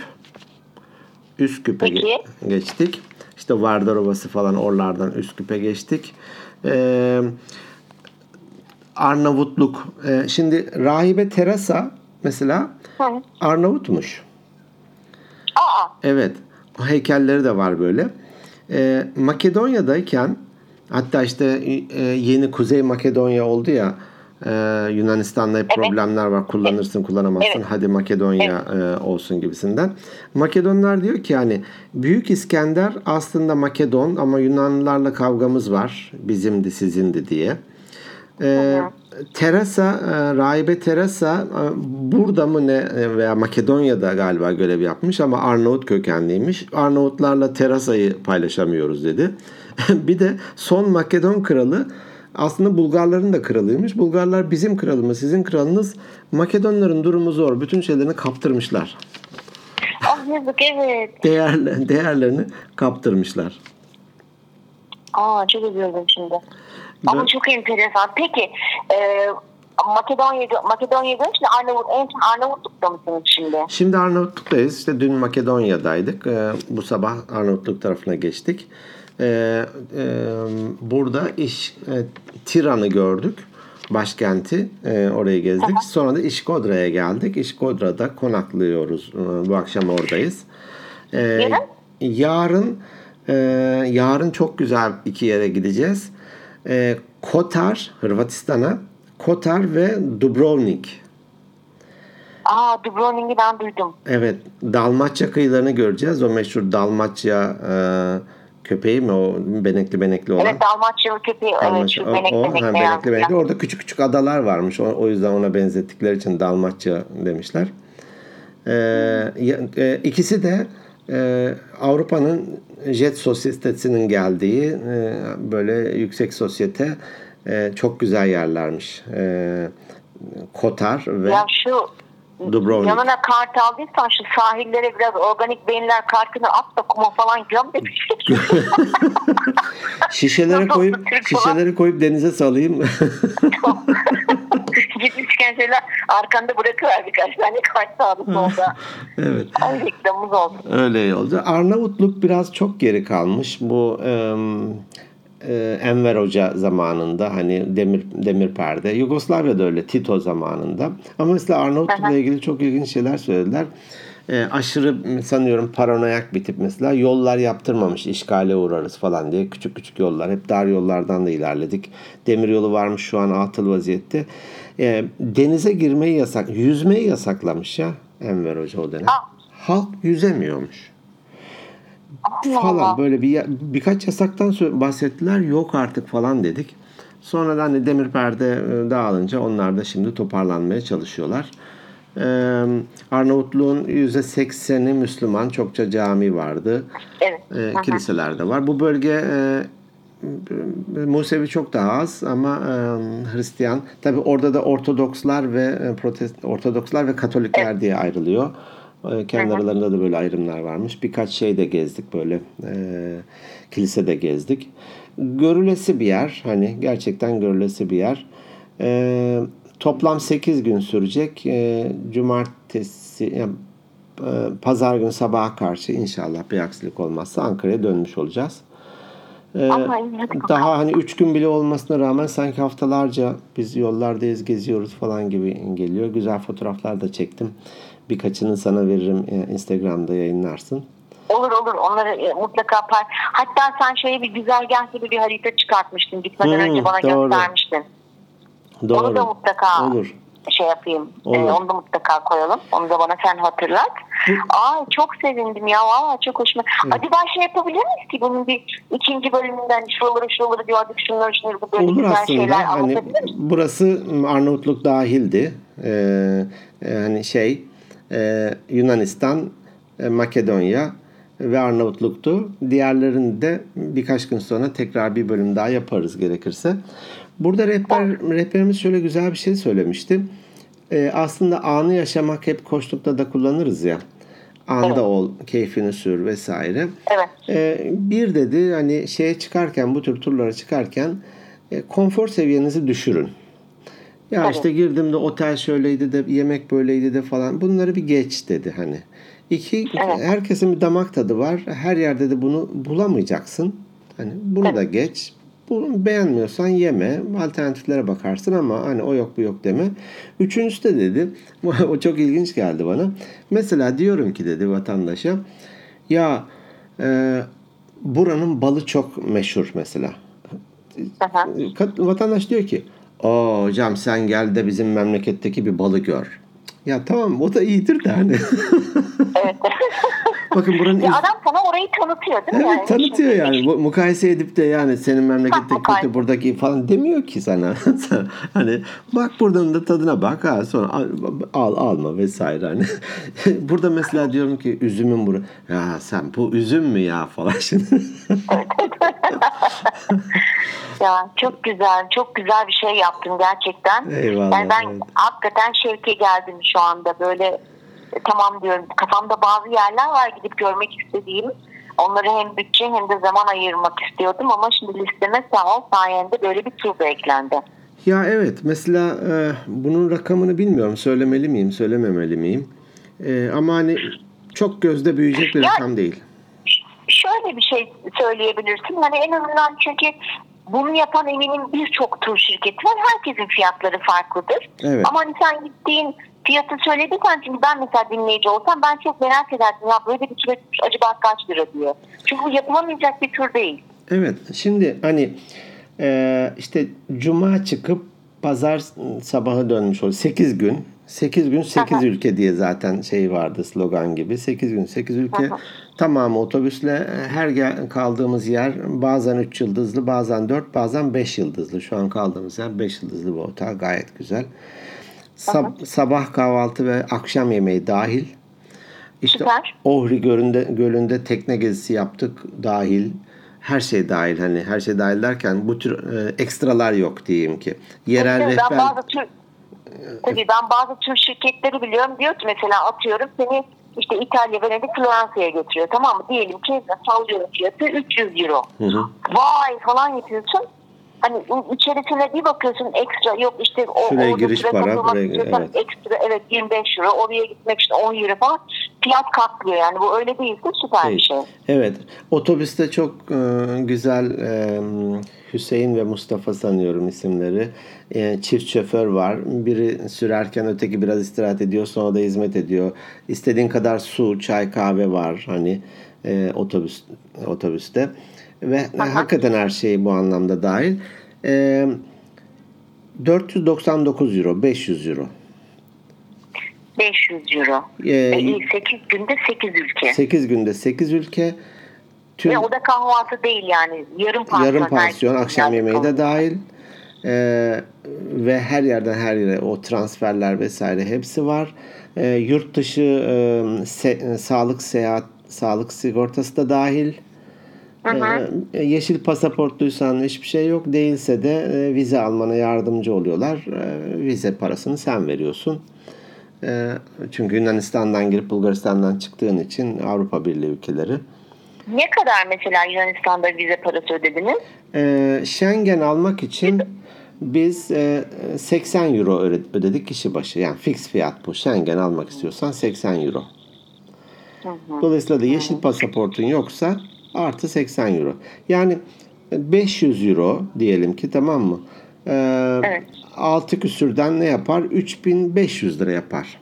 Üsküp'e ge- geçtik. İşte Vardar Ovası falan oralardan Üsküp'e geçtik. Eee Arnavutluk. Ee, şimdi Rahibe Teresa mesela Hı. Arnavutmuş. Aa. Evet. O heykelleri de var böyle. Ee, Makedonya'dayken hatta işte e, yeni Kuzey Makedonya oldu ya e, Yunanistan'da hep evet. problemler var. Kullanırsın kullanamazsın. Evet. Hadi Makedonya evet. e, olsun gibisinden. Makedonlar diyor ki yani Büyük İskender aslında Makedon ama Yunanlılarla kavgamız var. Bizimdi sizindi diye. Ee, Teresa, e, Rahibe Teresa e, burada mı ne e, veya Makedonya'da galiba görev yapmış ama Arnavut kökenliymiş. Arnavutlarla Teresa'yı paylaşamıyoruz dedi. Bir de son Makedon kralı aslında Bulgarların da kralıymış. Bulgarlar bizim kralımız, sizin kralınız. Makedonların durumu zor. Bütün şeylerini kaptırmışlar. Ah yazık, evet. Değerli, değerlerini kaptırmışlar. Aa, çok üzüldüm şimdi. Ama Ve- çok enteresan. Peki e, Makedonya'da Makedonya'ya dönüş şimdi Arnavut, en son Arnavutluk'ta mısınız şimdi? Şimdi Arnavutluk'tayız. İşte dün Makedonya'daydık. Ee, bu sabah Arnavutluk tarafına geçtik. Ee, e, burada iş e, Tiran'ı gördük. Başkenti. E, orayı gezdik. Aha. Sonra da İşkodra'ya geldik. İşkodra'da konaklıyoruz. Ee, bu akşam oradayız. Ee, Yarın? yarın e, yarın çok güzel iki yere gideceğiz. Ee, Kotar, Hırvatistan'a. Kotar ve Dubrovnik. Aa, Dubrovnik'i ben duydum. Evet, Dalmaçya kıyılarını göreceğiz. O meşhur Dalmaçya e, köpeği mi o benekli benekli olan? Evet, Dalmaçyalı köpeği. Evet, Dalmaçya, şu o, benek o, benek ha, beyaz benekli benekli. beyaz. Orada küçük küçük adalar varmış. O, o yüzden ona benzettikleri için Dalmaçya demişler. E, ya- e, ikisi de e, Avrupa'nın jet sosyetesinin geldiği e, böyle yüksek sosyete e, çok güzel yerlermiş. E, Kotar ve Ya şu Dubrovnik. yanına kart aldıysan şu sahillere biraz organik beyinler kartını at da kuma falan göm demiş. Şişelere Nasıl koyup oldu Türk falan? şişeleri koyup denize salayım. Gitmişken şeyler arkanda bırakıver birkaç tane kart sağda solda. Evet. Ay, reklamımız olsun. Öyle oldu. Arnavutluk biraz çok geri kalmış. Bu em, e, Enver Hoca zamanında hani demir demir perde. Yugoslavya'da öyle Tito zamanında. Ama mesela Arnavutluk'la Hı hı. ilgili çok ilginç şeyler söylediler. E, aşırı sanıyorum paranoyak bir tip mesela. Yollar yaptırmamış, işgale uğrarız falan diye. Küçük küçük yollar. Hep dar yollardan da ilerledik. Demir yolu varmış, şu an atıl vaziyette. E, denize girmeyi yasak, yüzmeyi yasaklamış ya Enver Hoca o dönem. Aa. Halk yüzemiyormuş. Allah Falan Allah. böyle bir birkaç yasaktan sö- bahsettiler, yok artık falan dedik. Sonra da hani demir perde e, dağılınca onlar da şimdi toparlanmaya çalışıyorlar. Ee, Arnavutluğun yüzde sekseni Müslüman, çokça cami vardı. Evet. Ee, Hı hı. kiliseler de var. Bu bölge e, Musevi çok daha az ama e, Hristiyan. Tabi orada da Ortodokslar ve e, Protest Ortodokslar ve Katolikler diye ayrılıyor. E, kendi Hı hı. aralarında da böyle ayrımlar varmış. Birkaç şey de gezdik böyle. E, kilise de gezdik. Görülesi bir yer. Hani gerçekten görülesi bir yer. E, toplam sekiz gün sürecek. E, cumartesi yani, e, pazar günü sabaha karşı inşallah bir aksilik olmazsa Ankara'ya dönmüş olacağız. Ee, Ama iyi, hadi bakalım. daha hani üç gün bile olmasına rağmen sanki haftalarca biz yollardayız, geziyoruz falan gibi geliyor. Güzel fotoğraflar da çektim. Birkaçını sana veririm, e, Instagram'da yayınlarsın. Olur olur, onları e, mutlaka pay. Hatta sen şöyle bir güzergah gibi bir harita çıkartmıştın. Gitmeden Hmm, önce bana doğru. göstermiştin. Doğru. Onu da mutlaka Olur. şey yapayım. Olur. E, onu da mutlaka koyalım. Onu da bana sen hatırlat. Aa, çok sevindim ya. Valla çok hoşuma. Acaba şey yapabilir miyiz ki bunun bir ikinci bölümünden şuraları şuraları gördük, şunları şunları böyle Olur güzel şeyler aslında. Hani anlatabilir misin? burası Arnavutluk dahildi. Ee, yani şey e, Yunanistan, e, Makedonya ve Arnavutluk'tu. Diğerlerini de birkaç gün sonra tekrar bir bölüm daha yaparız gerekirse. Burada rehber, rehberimiz şöyle güzel bir şey söylemişti. Ee, aslında anı yaşamak hep koçlukta da kullanırız ya. Anda Evet. ol, keyfini sür vesaire. Evet. Ee, bir dedi hani şeye çıkarken, bu tür turlara çıkarken e, konfor seviyenizi düşürün. Ya Tabii. işte girdim de otel şöyleydi de yemek böyleydi de falan. Bunları bir geç dedi hani. İki, Evet. herkesin bir damak tadı var. Her yerde de bunu bulamayacaksın. Hani bunu Evet. da geç. Bunu beğenmiyorsan yeme. Alternatiflere bakarsın ama hani o yok bu yok deme. Üçüncüsü de dedi. O çok ilginç geldi bana. Mesela diyorum ki dedi vatandaşa. Ya e, buranın balı çok meşhur mesela. Aha. Vatandaş diyor ki o hocam sen gel de bizim memleketteki bir balı gör. Ya tamam o da iyidir de hani. Evet. Bakın buranın ya adam sana orayı tanıtıyor değil mi? Evet, yani? tanıtıyor yani. Bu, mukayese edip de yani senin memlekette Ha, kötü buradaki falan demiyor ki sana. Sen, hani bak buradan da tadına bak ha sonra al, al alma vesaire hani. Burada mesela diyorum ki üzümün bura. Ya sen bu üzüm mü ya falan şimdi. Ya çok güzel, çok güzel bir şey yaptın gerçekten. Eyvallah. Yani ben Evet. hakikaten şevke geldim şu anda. Böyle e, tamam diyorum. Kafamda bazı yerler var gidip görmek istediğim. Onları hem bütçe hem de zaman ayırmak istiyordum ama şimdi listeme sağ ol sayende böyle bir tur da eklendi. Ya evet mesela e, bunun rakamını bilmiyorum. Söylemeli miyim, söylememeli miyim? E, ama hani çok gözde büyüyecek bir Ya, rakam değil. şöyle bir şey söyleyebilirsin. Hani en azından çünkü bunu yapan eminim birçok tur şirketi var. Herkesin fiyatları farklıdır. Evet. Ama hani sen gittiğin fiyatı söylediysen çünkü ben mesela dinleyici olsam ben çok merak ederdim. Ya böyle bir tur acaba kaç lira diyor. Çünkü bu yapılamayacak bir tur değil. Evet. Şimdi hani e, işte cuma çıkıp pazar sabahı dönmüş oluyor. sekiz gün. sekiz gün sekiz ülke diye zaten şey vardı slogan gibi. sekiz gün sekiz ülke tamamı otobüsle her gel- kaldığımız yer bazen üç yıldızlı, bazen dört, bazen beş yıldızlı. Şu an kaldığımız yer beş yıldızlı bir otel. Gayet güzel. Sab- sabah kahvaltı ve akşam yemeği dahil. İşte Süper. Ohri Gölü'nde, Gölü'nde tekne gezisi yaptık dahil. Her şey dahil hani her şey dahil derken bu tür e, ekstralar yok diyeyim ki. Yerel Tabii rehber ben bazı tür tabii ben bazı tür şirketleri biliyorum. Diyor ki mesela atıyorum seni işte İtalya, Venedik, Floransa'ya götürüyor. Tamam mı? Diyelim ki sallıyorum fiyatı üç yüz euro. Hı hı. Vay falan yapıyorsun. Hani içerisine bir bakıyorsun ekstra yok işte o Şuraya orada giriş süre para, katılmak buraya- istiyorsan evet. ekstra evet yirmi beş euro oraya gitmek için on euro falan fiyat katlıyor yani bu öyle değilse süper bir şey. Evet. Otobüste çok e, güzel e, Hüseyin ve Mustafa sanıyorum isimleri. E, çift şoför var. Biri sürerken öteki biraz istirahat ediyor. Sonra da hizmet ediyor. İstediğin kadar su, çay, kahve var hani e, otobüs otobüste. Ve Aha. hakikaten her şey bu anlamda dahil. E, dört yüz doksan dokuz euro, beş yüz euro. beş yüz euro. Ee, e, iyi, sekiz günde sekiz ülke. sekiz günde sekiz ülke. Tüm Ve o da kahvaltı değil yani. Yarım pansiyon. yarım pansiyon, herkes akşam yani yemeği de kalıyor. dahil. Ee, ve her yerden her yere o transferler vesaire hepsi var. Ee, yurt dışı e, se- sağlık seyahat sağlık sigortası da dahil. Hı hı. Ee, yeşil pasaportluysan hiçbir şey yok. Değilse de e, vize almana yardımcı oluyorlar. Ee, vize parasını sen veriyorsun. Ee, çünkü Yunanistan'dan girip Bulgaristan'dan çıktığın için Avrupa Birliği ülkeleri. Ne kadar mesela Yunanistan'da vize parası ödediniz? Ee, Schengen almak için biz e, seksen euro ödedik kişi başı. Yani fix fiyat bu. Schengen almak istiyorsan seksen euro. Hı hı. Dolayısıyla da yeşil pasaportun yoksa artı seksen euro. Yani beş yüz euro diyelim ki tamam mı? Ee, Evet. altı küsürden ne yapar? üç bin beş yüz lira yapar.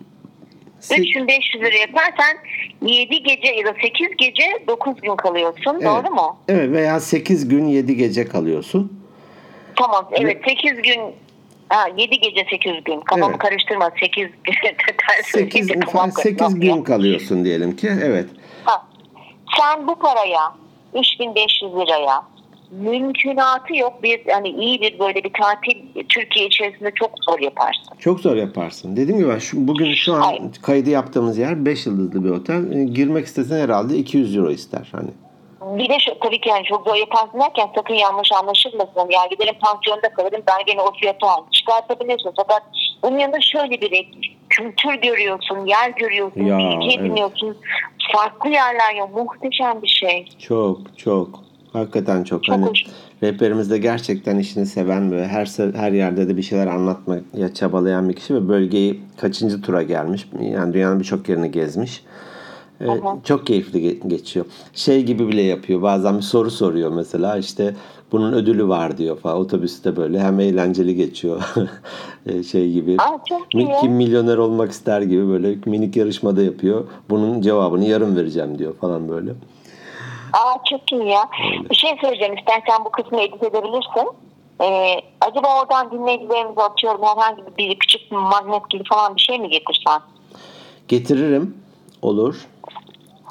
üç bin beş yüz lira yaparsan yedi gece ya da sekiz gece dokuz gün kalıyorsun. Evet. Doğru mu? Evet veya sekiz gün yedi gece kalıyorsun. Tamam. Evet. sekiz gün ha, yedi gece sekiz gün. Kafamı Evet. karıştırma. sekiz sekiz, sekiz gün kalıyorsun diyelim ki. Evet. Ha. Sen bu paraya üç bin beş yüz liraya mümkünatı yok bir hani iyi bir böyle bir tatil Türkiye içerisinde çok zor yaparsın. Çok zor yaparsın. Dediğim gibi ben şu, bugün şu an Hayır. kaydı yaptığımız yer beş yıldızlı bir otel. E, girmek istesen herhalde iki yüz euro ister. Hani. Bir de şu, tabii ki yani çok zor yaparsın derken sakın yanlış anlaşılmasın. Yani giderim pansiyonda kalırım ben gene o fiyatı al. Çıkartabilirsin. Fakat bunun yanında şöyle bir kültür görüyorsun, yer görüyorsun, Ya, bilgi evet. ediniyorsun. Farklı yerler ya muhteşem bir şey. Çok çok. Hakikaten çok. Çok hani hoş. rehberimiz de gerçekten işini seven ve her se- her yerde de bir şeyler anlatmaya çabalayan bir kişi ve bölgeyi kaçıncı tura gelmiş. Yani dünyanın birçok yerini gezmiş. Ee, Hı hı. çok keyifli ge- geçiyor. Şey gibi bile yapıyor. Bazen bir soru soruyor mesela işte bunun ödülü var diyor falan. Otobüste böyle hem eğlenceli geçiyor. Ee, şey gibi. Aa, çok iyi. Kim milyoner olmak ister gibi böyle minik yarışmada yapıyor. Bunun cevabını yarın vereceğim diyor falan böyle. Aa, çok iyi ya. Öyle. Bir şey söyleyeceğim. İstersen bu kısmı edit edebilirsin. Ee, acaba oradan dinleyicilerimize atıyorum herhangi bir küçük magnet gibi falan bir şey mi getirsen? Getiririm. Olur.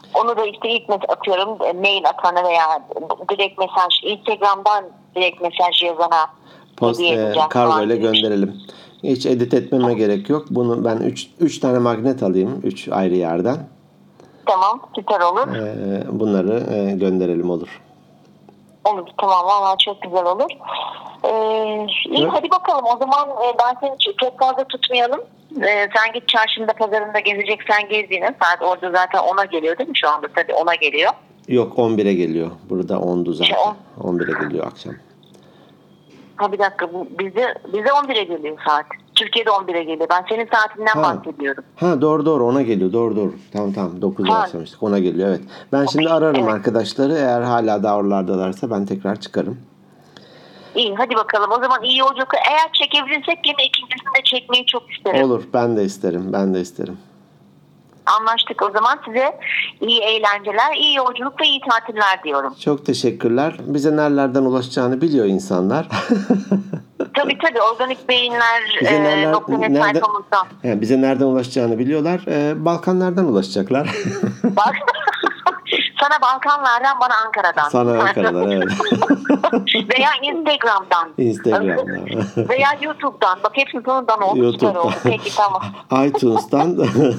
Onu da işte ilk mes- atıyorum e, mail atana veya direkt mesaj, Instagram'dan direkt mesaj yazana Post e, kargo ile gönderelim. Hiç edit etmeme gerek yok. Bunu ben üç tane magnet alayım üç ayrı yerden. Tamam, süper olur. E, bunları e, gönderelim, olur. Olur, tamam, valla çok güzel olur. Ee, iyi evet. Hadi bakalım o zaman, e, ben seni çok fazla tutmayalım. Ee, sen git çarşında pazarında gezeceksen gez yine. Saat orada zaten ona geliyor değil mi şu anda? Tabii ona geliyor. Yok, on bire geliyor. Burada ondu zaten. Şey, on... on bire geliyor akşam. Ha bir dakika, bu bize, bize on bire geliyor saat. Türkiye'de on bire geliyor. Ben senin saatinden ha. bahsediyorum. Ha doğru doğru ona geliyor. Doğru doğru. Tamam tamam. dokuzda başlamıştık. Ona geliyor evet. Ben şimdi ararım evet. arkadaşları. Eğer hala da oralardalarsa ben tekrar çıkarım. İyi hadi bakalım. O zaman iyi yolculuk. Eğer çekebilirsek yine ikincisini de çekmeyi çok isterim. Olur. Ben de isterim. Ben de isterim. Anlaştık. O zaman size iyi eğlenceler, iyi yolculuk ve iyi tatiller diyorum. Çok teşekkürler. Bize nerelerden ulaşacağını biliyor insanlar. Tabii tabii. Organik Beyinler bize nereden, e, nerede, yani bize nereden ulaşacağını biliyorlar. Ee, Balkanlardan ulaşacaklar. Bak. Sana Balkanlardan, bana Ankara'dan. Sana Ankara'dan evet. Veya Instagram'dan. Instagram'dan. Veya YouTube'dan. Bak hepsi sonundan oldu. YouTube'dan. Peki tamam. iTunes'tan.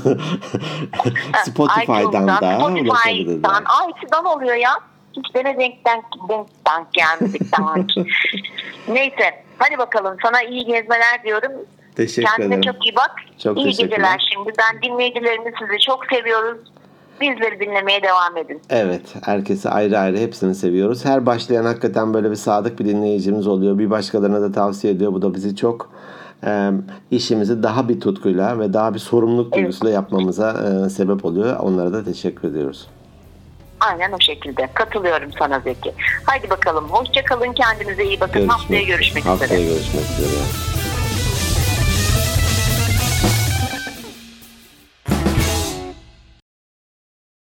Spotify'dan da. Spotify'dan. Aa ikisinden oluyor ya. Hiç bana denkten, denkten gelmedik. Neyse. Hadi bakalım. Sana iyi gezmeler diyorum. Teşekkür Kendine ederim. çok iyi bak. Çok iyi geceler şimdi. Ben dinleyicilerimiz sizi çok seviyoruz. Bizleri dinlemeye devam edin. Evet. Herkesi ayrı ayrı hepsini seviyoruz. Her başlayan hakikaten böyle bir sadık bir dinleyicimiz oluyor. Bir başkalarına da tavsiye ediyor. Bu da bizi çok e, işimizi daha bir tutkuyla ve daha bir sorumluluk duygusuyla evet. yapmamıza e, sebep oluyor. Onlara da teşekkür ediyoruz. Aynen o şekilde. Katılıyorum sana Zeki. Haydi bakalım. Hoşça kalın. Kendinize iyi bakın. Görüşmek, haftaya görüşmek haftaya üzere. Haftaya görüşmek üzere.